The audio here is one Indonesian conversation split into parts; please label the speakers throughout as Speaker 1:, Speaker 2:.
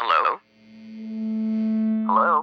Speaker 1: Hello? Hello?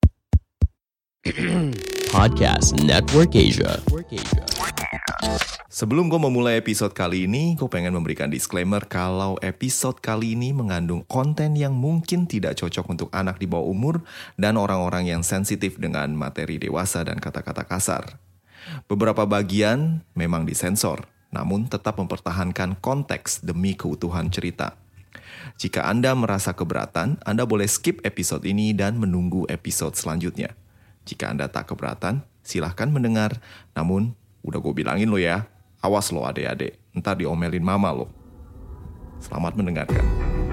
Speaker 2: Podcast Network Asia.
Speaker 3: Sebelum gue memulai episode kali ini, gue pengen memberikan disclaimer kalau episode kali ini mengandung konten yang mungkin tidak cocok untuk anak di bawah umur dan orang-orang yang sensitif dengan materi dewasa dan kata-kata kasar. Beberapa bagian memang disensor, namun tetap mempertahankan konteks demi keutuhan cerita. Jika Anda merasa keberatan, Anda boleh skip episode ini dan menunggu episode selanjutnya. Jika Anda tak keberatan, silahkan mendengar. Namun, udah gue bilangin lo ya, awas lo adik-adik, ntar diomelin mama lo. Selamat mendengarkan.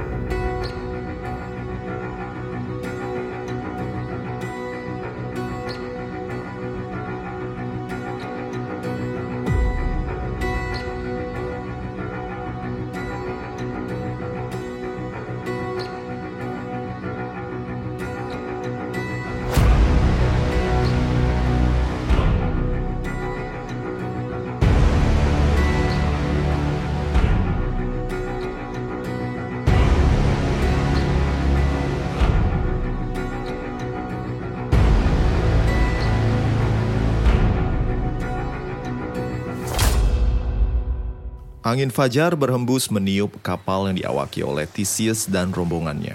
Speaker 3: Angin fajar berhembus meniup kapal yang diawaki oleh Theseus dan rombongannya.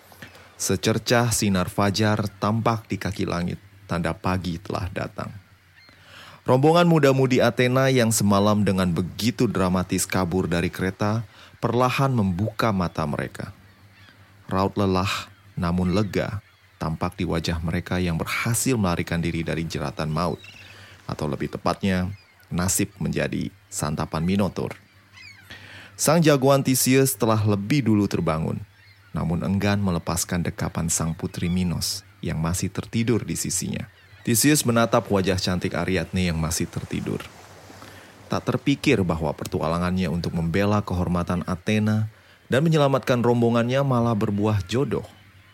Speaker 3: Secercah sinar fajar tampak di kaki langit, tanda pagi telah datang. Rombongan muda-mudi Athena yang semalam dengan begitu dramatis kabur dari kereta, perlahan membuka mata mereka. Raut lelah namun lega tampak di wajah mereka yang berhasil melarikan diri dari jeratan maut, atau lebih tepatnya, nasib menjadi santapan Minotaur. Sang jagoan Theseus telah lebih dulu terbangun, namun enggan melepaskan dekapan sang putri Minos yang masih tertidur di sisinya. Theseus menatap wajah cantik Ariadne yang masih tertidur. Tak terpikir bahwa pertualangannya untuk membela kehormatan Athena dan menyelamatkan rombongannya malah berbuah jodoh.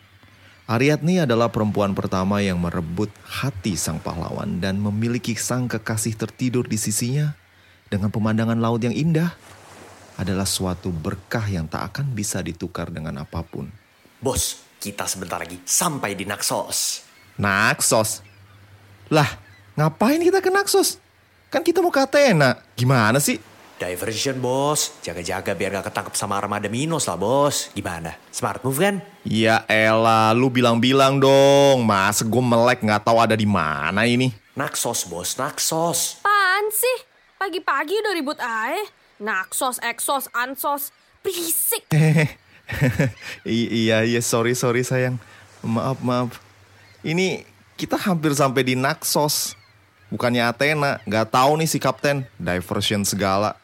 Speaker 3: Ariadne adalah perempuan pertama yang merebut hati sang pahlawan dan memiliki sang kekasih tertidur di sisinya dengan pemandangan laut yang indah. Adalah suatu berkah yang tak akan bisa ditukar dengan apapun.
Speaker 4: Bos, kita sebentar lagi sampai di Naxos.
Speaker 3: Naxos? Lah, ngapain kita ke Naxos? Kan kita mau ke Athena. Gimana sih?
Speaker 4: Diversion, bos. Jaga-jaga biar gak ketangkep sama armada Minos lah, bos. Gimana? Smart move kan?
Speaker 3: Ya elah, lu bilang-bilang dong. Masa gue melek gak tahu ada di mana ini?
Speaker 4: Naxos, bos. Naxos.
Speaker 5: Apaan sih? Pagi-pagi udah ribut aja. Naxos, Exos, Ansos, berisik.
Speaker 3: Iya, sorry sayang. Maaf. Ini kita hampir sampai di Naxos. Bukannya Athena. Gak tahu nih si kapten. Diversion segala.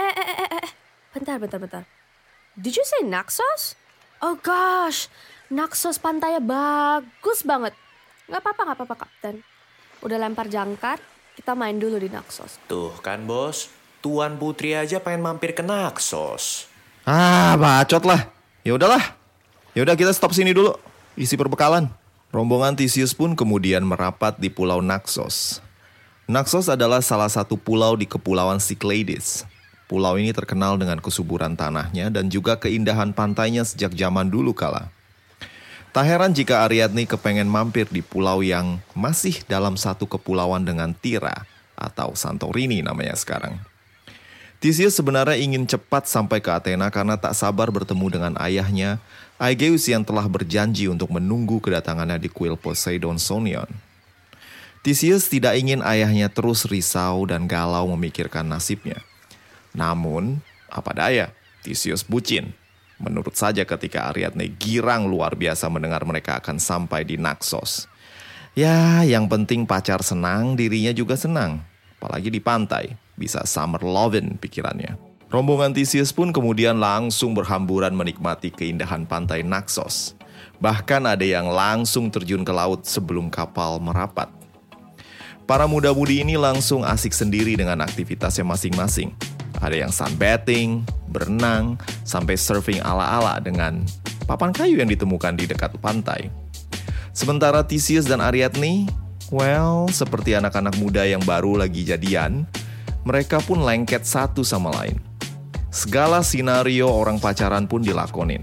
Speaker 5: Bentar. Did you say Naxos? Oh gosh, Naxos pantainya bagus banget. Gak apa-apa kapten. Udah lempar jangkar, kita main dulu di Naxos.
Speaker 4: Tuh kan, bos. Tuan Putri aja pengen mampir ke Naxos.
Speaker 3: Bacot lah. Ya udah kita stop sini dulu. Isi perbekalan. Rombongan Theseus pun kemudian merapat di pulau Naxos. Naxos adalah salah satu pulau di kepulauan Cyclades. Pulau ini terkenal dengan kesuburan tanahnya dan juga keindahan pantainya sejak zaman dulu kala. Tak heran jika Ariadne kepengen mampir di pulau yang masih dalam satu kepulauan dengan Tira atau Santorini namanya sekarang. Theseus sebenarnya ingin cepat sampai ke Athena karena tak sabar bertemu dengan ayahnya, Aegeus yang telah berjanji untuk menunggu kedatangannya di kuil Poseidon Sonion. Theseus tidak ingin ayahnya terus risau dan galau memikirkan nasibnya. Namun, apa daya, Theseus bucin. Menurut saja ketika Ariadne girang luar biasa mendengar mereka akan sampai di Naxos. Ya, yang penting pacar senang, dirinya juga senang. Apalagi di pantai. Bisa summer lovin' pikirannya. Rombongan Theseus pun kemudian langsung berhamburan menikmati keindahan pantai Naxos. Bahkan ada yang langsung terjun ke laut sebelum kapal merapat. Para muda-mudi ini langsung asik sendiri dengan aktivitasnya masing-masing. Ada yang sunbathing, berenang, sampai surfing ala-ala dengan papan kayu yang ditemukan di dekat pantai. Sementara Theseus dan Ariadne, seperti anak-anak muda yang baru lagi jadian, mereka pun lengket satu sama lain. Segala skenario orang pacaran pun dilakonin.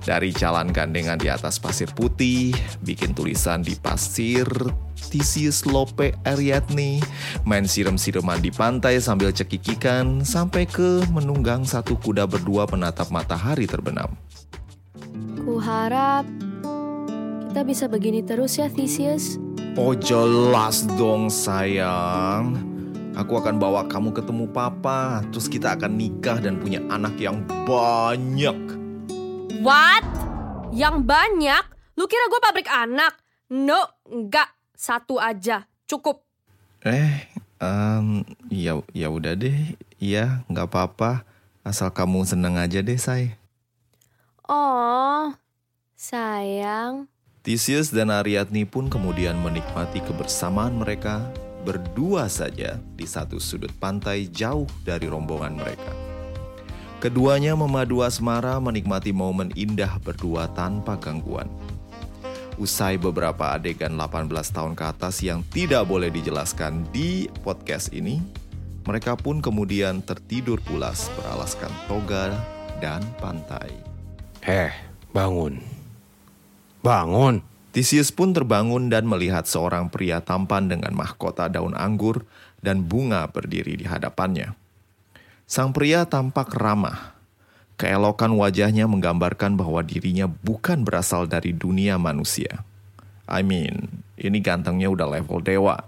Speaker 3: Dari jalan gandengan di atas pasir putih, bikin tulisan di pasir, Theseus Lope Ariadne, main siram-siraman di pantai sambil cekikikan, sampai ke menunggang satu kuda berdua menatap matahari terbenam.
Speaker 5: Kuharap kita bisa begini terus ya, Theseus.
Speaker 3: Oh jelas dong sayang. Aku akan bawa kamu ketemu papa, terus kita akan nikah dan punya anak yang banyak.
Speaker 5: What? Yang banyak? Lu kira gue pabrik anak? No, enggak. Satu aja, cukup.
Speaker 3: Ya udah deh. Iya, nggak apa-apa. Asal kamu seneng aja deh, say.
Speaker 5: Oh, sayang.
Speaker 3: Theseus dan Ariadne pun kemudian menikmati kebersamaan mereka berdua saja di satu sudut pantai jauh dari rombongan mereka. Keduanya memadu asmara menikmati momen indah berdua tanpa gangguan. Usai beberapa adegan 18 tahun ke atas yang tidak boleh dijelaskan di podcast ini, mereka pun kemudian tertidur pulas beralaskan toga dan pantai.
Speaker 6: Bangun. Bangun.
Speaker 3: Theseus pun terbangun dan melihat seorang pria tampan dengan mahkota daun anggur dan bunga berdiri di hadapannya. Sang pria tampak ramah. Keelokan wajahnya menggambarkan bahwa dirinya bukan berasal dari dunia manusia. Ini gantengnya udah level dewa.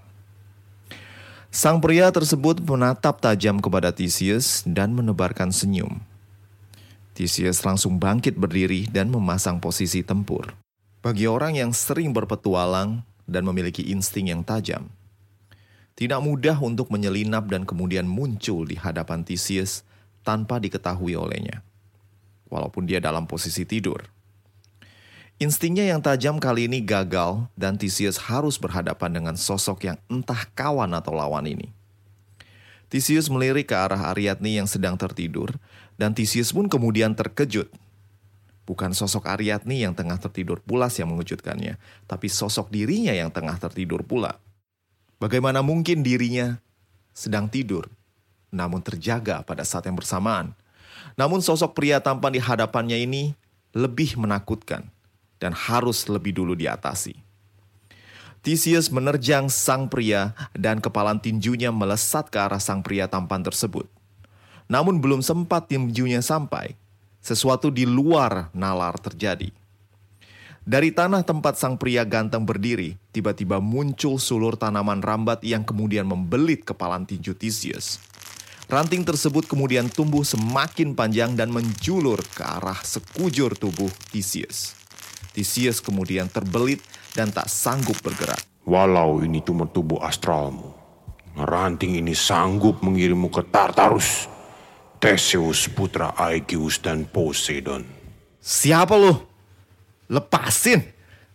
Speaker 3: Sang pria tersebut menatap tajam kepada Theseus dan menebarkan senyum. Theseus langsung bangkit berdiri dan memasang posisi tempur. Bagi orang yang sering berpetualang dan memiliki insting yang tajam, tidak mudah untuk menyelinap dan kemudian muncul di hadapan Theseus tanpa diketahui olehnya, walaupun dia dalam posisi tidur. Instingnya yang tajam kali ini gagal dan Theseus harus berhadapan dengan sosok yang entah kawan atau lawan ini. Theseus melirik ke arah Ariadne yang sedang tertidur dan Theseus pun kemudian terkejut. Bukan sosok Ariadne yang tengah tertidur pulas yang mengejutkannya, tapi sosok dirinya yang tengah tertidur pula. Bagaimana mungkin dirinya sedang tidur, namun terjaga pada saat yang bersamaan. Namun sosok pria tampan di hadapannya ini lebih menakutkan dan harus lebih dulu diatasi. Theseus menerjang sang pria dan kepalan tinjunya melesat ke arah sang pria tampan tersebut. Namun belum sempat tinjunya sampai, sesuatu di luar nalar terjadi. Dari tanah tempat sang pria ganteng berdiri, tiba-tiba muncul sulur tanaman rambat yang kemudian membelit kepalan tinju Theseus. Ranting tersebut kemudian tumbuh semakin panjang dan menjulur ke arah sekujur tubuh Theseus. Theseus kemudian terbelit dan tak sanggup bergerak.
Speaker 6: Walau ini cuma tubuh astralmu, ranting ini sanggup mengirimmu ke Tartarus, Theseus putra Aegeus dan Poseidon.
Speaker 3: Siapa lu? Lepasin!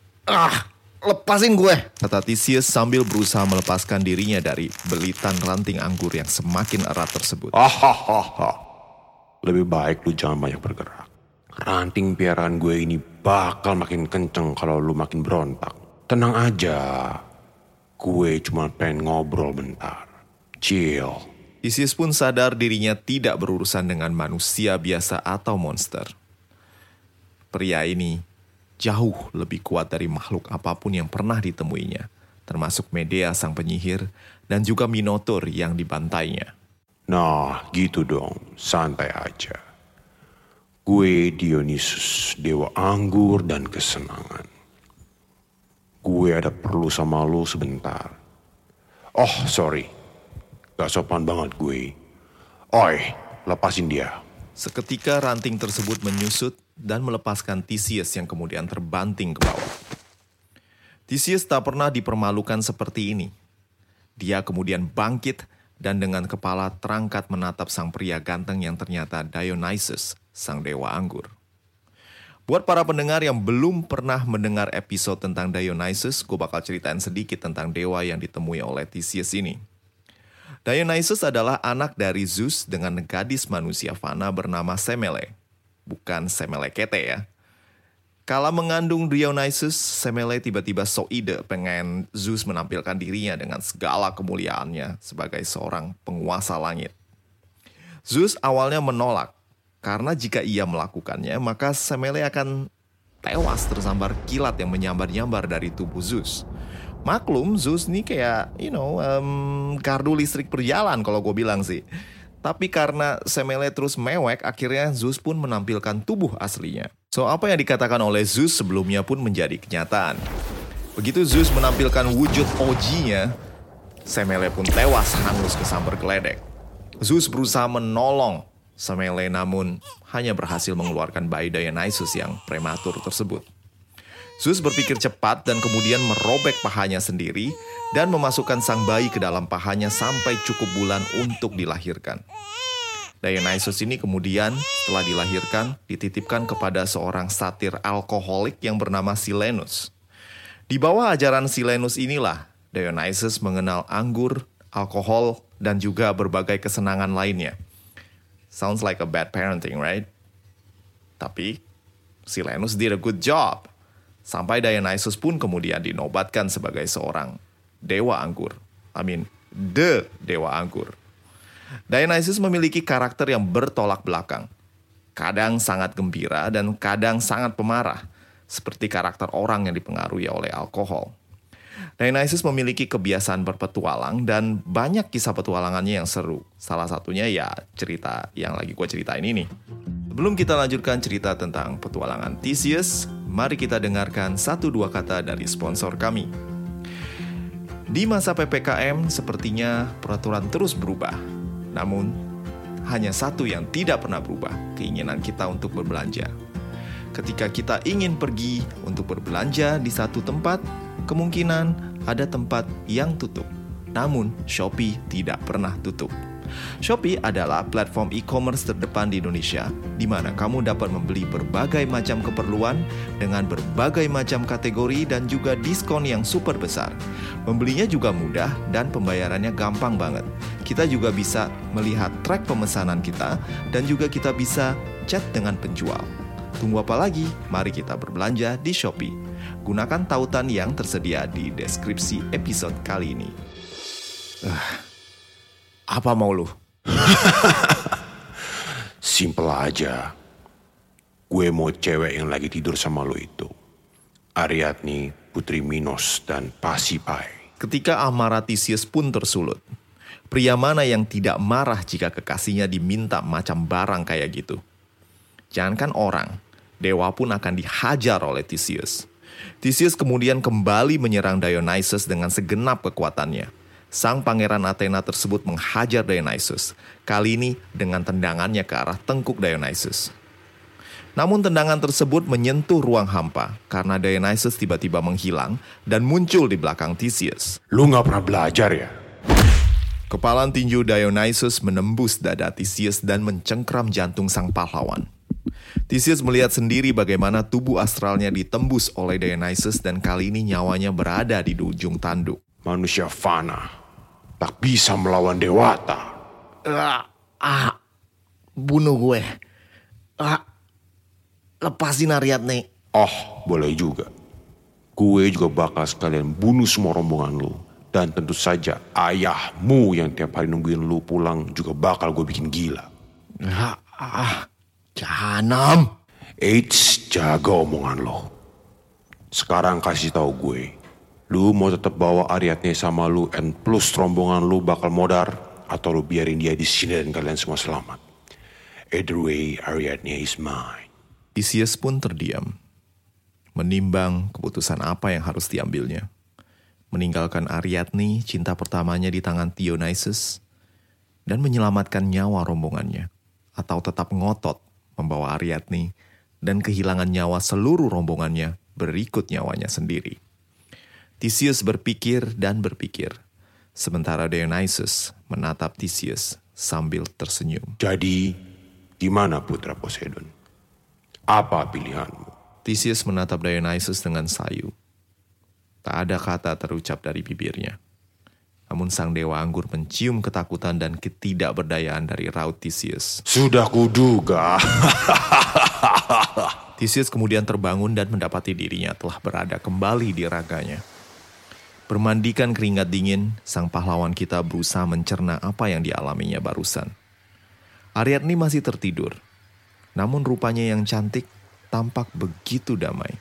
Speaker 3: Lepasin gue! Kata Theseus sambil berusaha melepaskan dirinya dari belitan ranting anggur yang semakin erat tersebut.
Speaker 6: Lebih baik lu jangan banyak bergerak. Ranting piaraan gue ini bakal makin kenceng kalau lu makin berontak. Tenang aja, gue cuma pengen ngobrol bentar. Chill.
Speaker 3: Theseus pun sadar dirinya tidak berurusan dengan manusia biasa atau monster. Pria ini jauh lebih kuat dari makhluk apapun yang pernah ditemuinya, termasuk Medea sang penyihir dan juga Minotaur yang dibantainya.
Speaker 6: Nah, gitu dong, santai aja. Gue Dionysus, dewa anggur dan kesenangan. Gue ada perlu sama lo sebentar. Oh, sorry. Gak sopan banget gue. Oi, lepasin dia.
Speaker 3: Seketika ranting tersebut menyusut dan melepaskan Theseus yang kemudian terbanting ke bawah. Theseus tak pernah dipermalukan seperti ini. Dia kemudian bangkit dan dengan kepala terangkat menatap sang pria ganteng yang ternyata Dionysus, sang dewa anggur. Buat para pendengar yang belum pernah mendengar episode tentang Dionysus, gue bakal ceritain sedikit tentang dewa yang ditemui oleh Theseus ini. Dionysus adalah anak dari Zeus dengan gadis manusia fana bernama Semele. Bukan Semele Kete ya. Kala mengandung Dionysus, Semele tiba-tiba so ide pengen Zeus menampilkan dirinya dengan segala kemuliaannya sebagai seorang penguasa langit. Zeus awalnya menolak, Karena jika ia melakukannya, maka Semele akan tewas tersambar kilat yang menyambar-nyambar dari tubuh Zeus. Maklum, Zeus nih kayak, gardu listrik berjalan kalau gue bilang sih. Tapi karena Semele terus mewek, akhirnya Zeus pun menampilkan tubuh aslinya. So, apa yang dikatakan oleh Zeus sebelumnya pun menjadi kenyataan. Begitu Zeus menampilkan wujud OG-nya, Semele pun tewas hangus kesambar geledek. Zeus berusaha menolong Semele namun hanya berhasil mengeluarkan bayi Dionysus yang prematur tersebut. Zeus berpikir cepat dan kemudian merobek pahanya sendiri dan memasukkan sang bayi ke dalam pahanya sampai cukup bulan untuk dilahirkan. Dionysus ini kemudian setelah dilahirkan dititipkan kepada seorang satir alkoholik yang bernama Silenus. Di bawah ajaran Silenus inilah Dionysus mengenal anggur, alkohol, dan juga berbagai kesenangan lainnya. Sounds like a bad parenting, right? Tapi Silenus did a good job. Sampai Dionysus pun kemudian dinobatkan sebagai seorang dewa anggur. The dewa anggur. Dionysus memiliki karakter yang bertolak belakang. Kadang sangat gembira dan kadang sangat pemarah. Seperti karakter orang yang dipengaruhi oleh alkohol. Dionysus memiliki kebiasaan berpetualang dan banyak kisah petualangannya yang seru. Salah satunya ya cerita yang lagi gue ceritain ini. Sebelum kita lanjutkan cerita tentang petualangan Theseus, mari kita dengarkan 1-2 kata dari sponsor kami. Di masa PPKM, sepertinya peraturan terus berubah. Namun, hanya satu yang tidak pernah berubah, keinginan kita untuk berbelanja. Ketika kita ingin pergi untuk berbelanja di satu tempat, kemungkinan ada tempat yang tutup. Namun, Shopee tidak pernah tutup. Shopee adalah platform e-commerce terdepan di Indonesia, di mana kamu dapat membeli berbagai macam keperluan dengan berbagai macam kategori dan juga diskon yang super besar. Membelinya juga mudah dan pembayarannya gampang banget. Kita juga bisa melihat track pemesanan kita dan juga kita bisa chat dengan penjual. Tunggu apa lagi? Mari kita berbelanja di Shopee. Gunakan tautan yang tersedia di deskripsi episode kali ini. Apa mau lu?
Speaker 6: Simple aja. Gue mau cewek yang lagi tidur sama lo itu. Ariadne, Putri Minos, dan Pasipai.
Speaker 3: Ketika amarah Theseus pun tersulut. Pria mana yang tidak marah jika kekasihnya diminta macam barang kayak gitu? Jangankan orang, dewa pun akan dihajar oleh Theseus. Theseus kemudian kembali menyerang Dionysus dengan segenap kekuatannya. Sang pangeran Athena tersebut menghajar Dionysus, kali ini dengan tendangannya ke arah tengkuk Dionysus. Namun tendangan tersebut menyentuh ruang hampa karena Dionysus tiba-tiba menghilang dan muncul di belakang Theseus.
Speaker 6: Lu gak pernah belajar ya?
Speaker 3: Kepalan tinju Dionysus menembus dada Theseus dan mencengkram jantung sang pahlawan. Theseus melihat sendiri bagaimana tubuh astralnya ditembus oleh Dionysus dan kali ini nyawanya berada di ujung tanduk.
Speaker 6: Manusia fana, tak bisa melawan dewata.
Speaker 3: Bunuh gue. Lepasin Ariadne.
Speaker 6: Oh, boleh juga. Gue juga bakal sekalian bunuh semua rombongan lu. Dan tentu saja ayahmu yang tiap hari nungguin lu pulang juga bakal gue bikin gila.
Speaker 3: Jahanam.
Speaker 6: Eits, jaga omongan lo. Sekarang kasih tahu gue. Lu mau tetap bawa Ariadne sama lu and plus rombongan lu bakal modar atau lu biarin dia di sini dan kalian semua selamat. Either way, Ariadne is mine.
Speaker 3: Theseus pun terdiam, menimbang keputusan apa yang harus diambilnya. Meninggalkan Ariadne, cinta pertamanya di tangan Dionysus, dan menyelamatkan nyawa rombongannya, atau tetap ngotot membawa Ariadne dan kehilangan nyawa seluruh rombongannya berikut nyawanya sendiri. Theseus berpikir dan berpikir, sementara Dionysus menatap Theseus sambil tersenyum.
Speaker 6: Jadi, gimana Putra Poseidon? Apa pilihanmu?
Speaker 3: Theseus menatap Dionysus dengan sayu. Tak ada kata terucap dari bibirnya. Namun sang dewa anggur mencium ketakutan dan ketidakberdayaan dari raut Theseus.
Speaker 6: Sudah kuduga.
Speaker 3: Theseus kemudian terbangun dan mendapati dirinya telah berada kembali di raganya. Bermandikan keringat dingin, sang pahlawan kita berusaha mencerna apa yang dialaminya barusan. Ariadne masih tertidur. Namun rupanya yang cantik tampak begitu damai.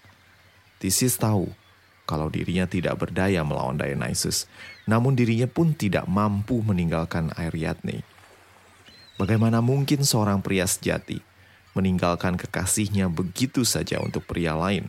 Speaker 3: Theseus tahu kalau dirinya tidak berdaya melawan Dionysus, namun dirinya pun tidak mampu meninggalkan Ariadne. Bagaimana mungkin seorang pria sejati meninggalkan kekasihnya begitu saja untuk pria lain?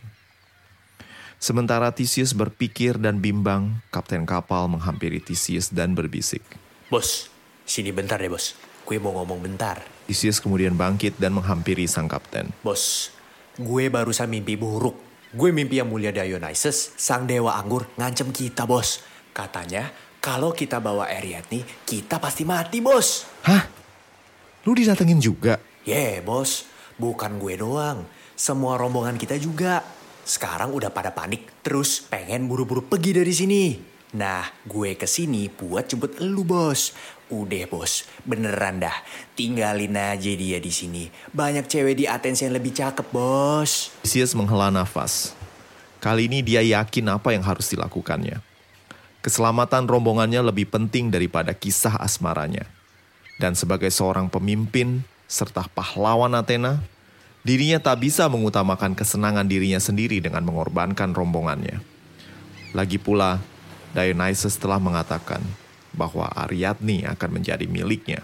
Speaker 3: Sementara Theseus berpikir dan bimbang, kapten kapal menghampiri Theseus dan berbisik.
Speaker 4: Bos, sini bentar deh bos. Gue mau ngomong bentar.
Speaker 3: Theseus kemudian bangkit dan menghampiri sang kapten.
Speaker 4: Bos, gue barusan mimpi buruk. Gue mimpi yang mulia Dionysus, sang dewa anggur, ngancem kita bos. Katanya, kalau kita bawa Ariadne, kita pasti mati bos.
Speaker 3: Hah? Lu didatengin juga?
Speaker 4: Bos, bukan gue doang. Semua rombongan kita juga. Sekarang udah pada panik, terus pengen buru-buru pergi dari sini. Nah, gue kesini buat jemput elu bos. Udah bos, beneran dah. Tinggalin aja dia di sini. Banyak cewek di Athens yang lebih cakep bos.
Speaker 3: Theseus menghela nafas. Kali ini dia yakin apa yang harus dilakukannya. Keselamatan rombongannya lebih penting daripada kisah asmaranya. Dan sebagai seorang pemimpin serta pahlawan Athena, dirinya tak bisa mengutamakan kesenangan dirinya sendiri dengan mengorbankan rombongannya. Lagi pula, Dionysus telah mengatakan bahwa Ariadne akan menjadi miliknya.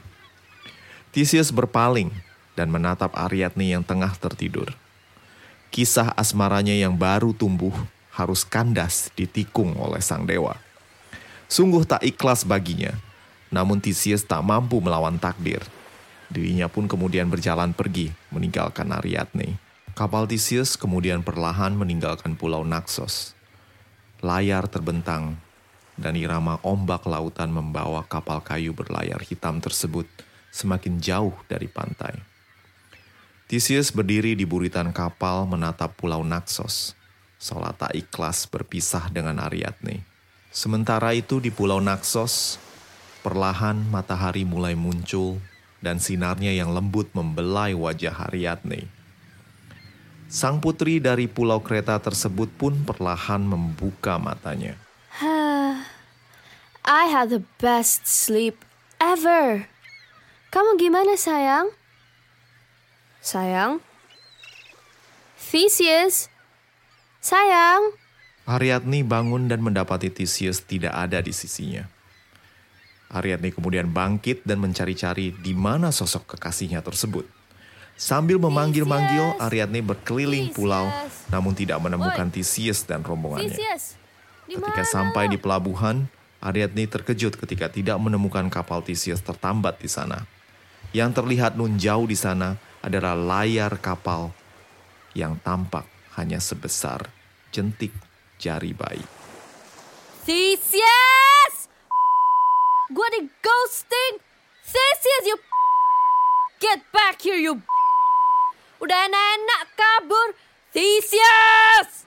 Speaker 3: Theseus berpaling dan menatap Ariadne yang tengah tertidur. Kisah asmaranya yang baru tumbuh harus kandas ditikung oleh sang dewa. Sungguh tak ikhlas baginya, namun Theseus tak mampu melawan takdir. Dirinya pun kemudian berjalan pergi meninggalkan Ariadne. Kapal Theseus kemudian perlahan meninggalkan pulau Naxos. Layar terbentang dan irama ombak lautan membawa kapal kayu berlayar hitam tersebut semakin jauh dari pantai. Theseus berdiri di buritan kapal menatap pulau Naxos, seolah tak ikhlas berpisah dengan Ariadne. Sementara itu di pulau Naxos, perlahan matahari mulai muncul dan sinarnya yang lembut membelai wajah Ariadne. Sang putri dari pulau Kreta tersebut pun perlahan membuka matanya.
Speaker 5: I had the best sleep ever. Kamu gimana sayang? Sayang? Theseus? Sayang?
Speaker 3: Ariadne bangun dan mendapati Theseus tidak ada di sisinya. Ariadne kemudian bangkit dan mencari-cari di mana sosok kekasihnya tersebut. Sambil memanggil-manggil, Ariadne berkeliling pulau, namun tidak menemukan Theseus dan rombongannya. Ketika sampai di pelabuhan, Ariadne terkejut ketika tidak menemukan kapal Theseus tertambat di sana. Yang terlihat nun jauh di sana adalah layar kapal yang tampak hanya sebesar jentik jari bayi.
Speaker 5: Theseus! Gua di ghosting! Theseus, you get back here, you udah enak-enak kabur! Theseus!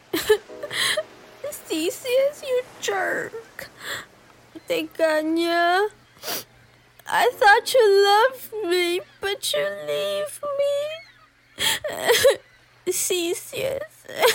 Speaker 5: Theseus, you jerk. Teganya. I thought you loved me, but you leave me. Theseus.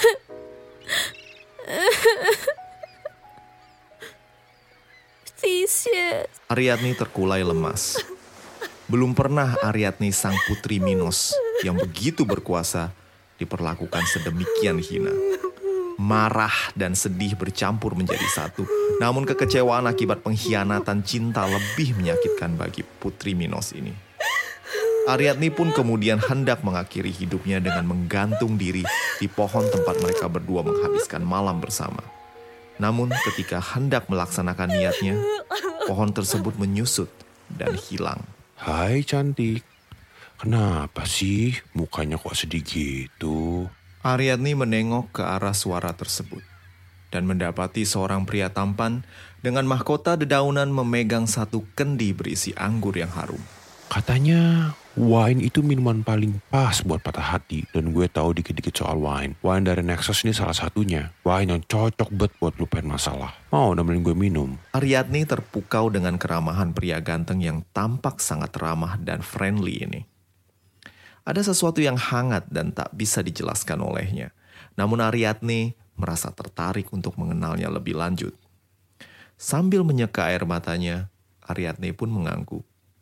Speaker 5: Theseus.
Speaker 3: Ariadne terkulai lemas. Belum pernah Ariadne sang putri Minos yang begitu berkuasa diperlakukan sedemikian hina. Marah dan sedih bercampur menjadi satu. Namun kekecewaan akibat pengkhianatan cinta lebih menyakitkan bagi putri Minos ini. Ariadne pun kemudian hendak mengakhiri hidupnya dengan menggantung diri di pohon tempat mereka berdua menghabiskan malam bersama. Namun ketika hendak melaksanakan niatnya, pohon tersebut menyusut dan hilang.
Speaker 6: Hai cantik, kenapa sih mukanya kok sedih gitu?
Speaker 3: Ariadne menengok ke arah suara tersebut dan mendapati seorang pria tampan dengan mahkota dedaunan memegang satu kendi berisi anggur yang harum.
Speaker 6: Katanya wine itu minuman paling pas buat patah hati, dan gue tahu dikit-dikit soal wine. Wine dari Naxos ini salah satunya. Wine yang cocok banget buat lupain masalah. Mau nemenin gue minum?
Speaker 3: Ariadne terpukau dengan keramahan pria ganteng yang tampak sangat ramah dan friendly ini. Ada sesuatu yang hangat dan tak bisa dijelaskan olehnya. Namun Ariadne merasa tertarik untuk mengenalnya lebih lanjut. Sambil menyeka air matanya, Ariadne pun mengangguk.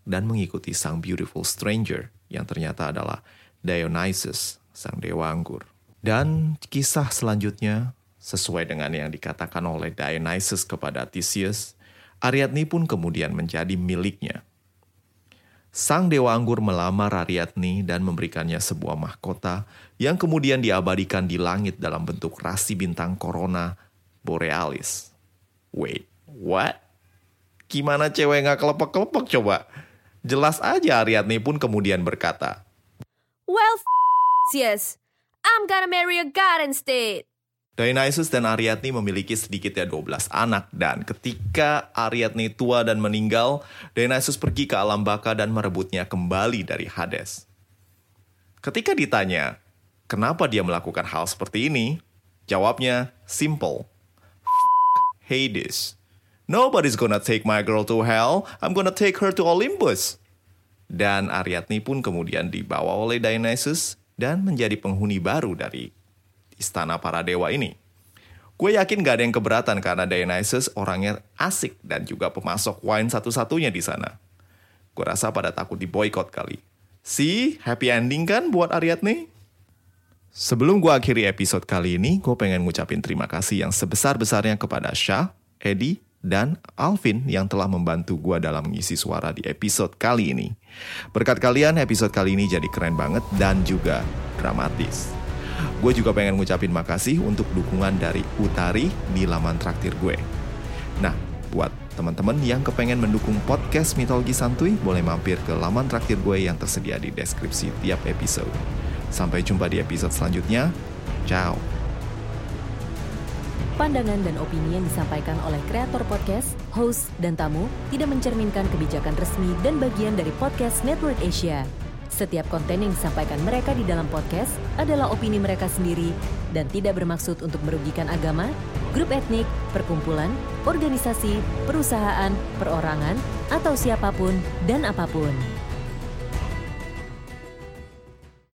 Speaker 3: dan mengikuti sang beautiful stranger yang ternyata adalah Dionysus, sang dewa anggur. Dan kisah selanjutnya, sesuai dengan yang dikatakan oleh Dionysus kepada Theseus, Ariadne pun kemudian menjadi miliknya. Sang dewa anggur melamar Ariadne dan memberikannya sebuah mahkota yang kemudian diabadikan di langit dalam bentuk rasi bintang Corona Borealis. Wait, what? Gimana cewek gak kelepek-kelepek coba? Jelas aja Ariadne pun kemudian berkata,
Speaker 5: Well, yes, I'm gonna marry a god instead.
Speaker 3: Dionysus dan Ariadne memiliki sedikitnya 12 anak, dan ketika Ariadne tua dan meninggal, Dionysus pergi ke alam baka dan merebutnya kembali dari Hades. Ketika ditanya, kenapa dia melakukan hal seperti ini? Jawabnya simple. Hades. Nobody's gonna take my girl to hell, I'm gonna take her to Olympus. Dan Ariadne pun kemudian dibawa oleh Dionysus dan menjadi penghuni baru dari istana para dewa ini. Gue yakin gak ada yang keberatan karena Dionysus orangnya asik dan juga pemasok wine satu-satunya di sana. Gue rasa pada takut diboykot kali. See, happy ending kan buat Ariadne? Sebelum gue akhiri episode kali ini, gue pengen ngucapin terima kasih yang sebesar-besarnya kepada Syah, Eddie, dan Alvin yang telah membantu gue dalam mengisi suara di episode kali ini. Berkat kalian, episode kali ini jadi keren banget dan juga dramatis. Gue juga pengen ngucapin makasih untuk dukungan dari Utari di laman traktir gue. Nah, buat teman-teman yang kepengen mendukung podcast Mitologi Santuy, boleh mampir ke laman traktir gue yang tersedia di deskripsi tiap episode. Sampai jumpa di episode selanjutnya. Ciao.
Speaker 7: Pandangan dan opini yang disampaikan oleh kreator podcast, host, dan tamu tidak mencerminkan kebijakan resmi dan bagian dari podcast Network Asia. Setiap konten yang disampaikan mereka di dalam podcast adalah opini mereka sendiri dan tidak bermaksud untuk merugikan agama, grup etnik, perkumpulan, organisasi, perusahaan, perorangan, atau siapapun dan apapun.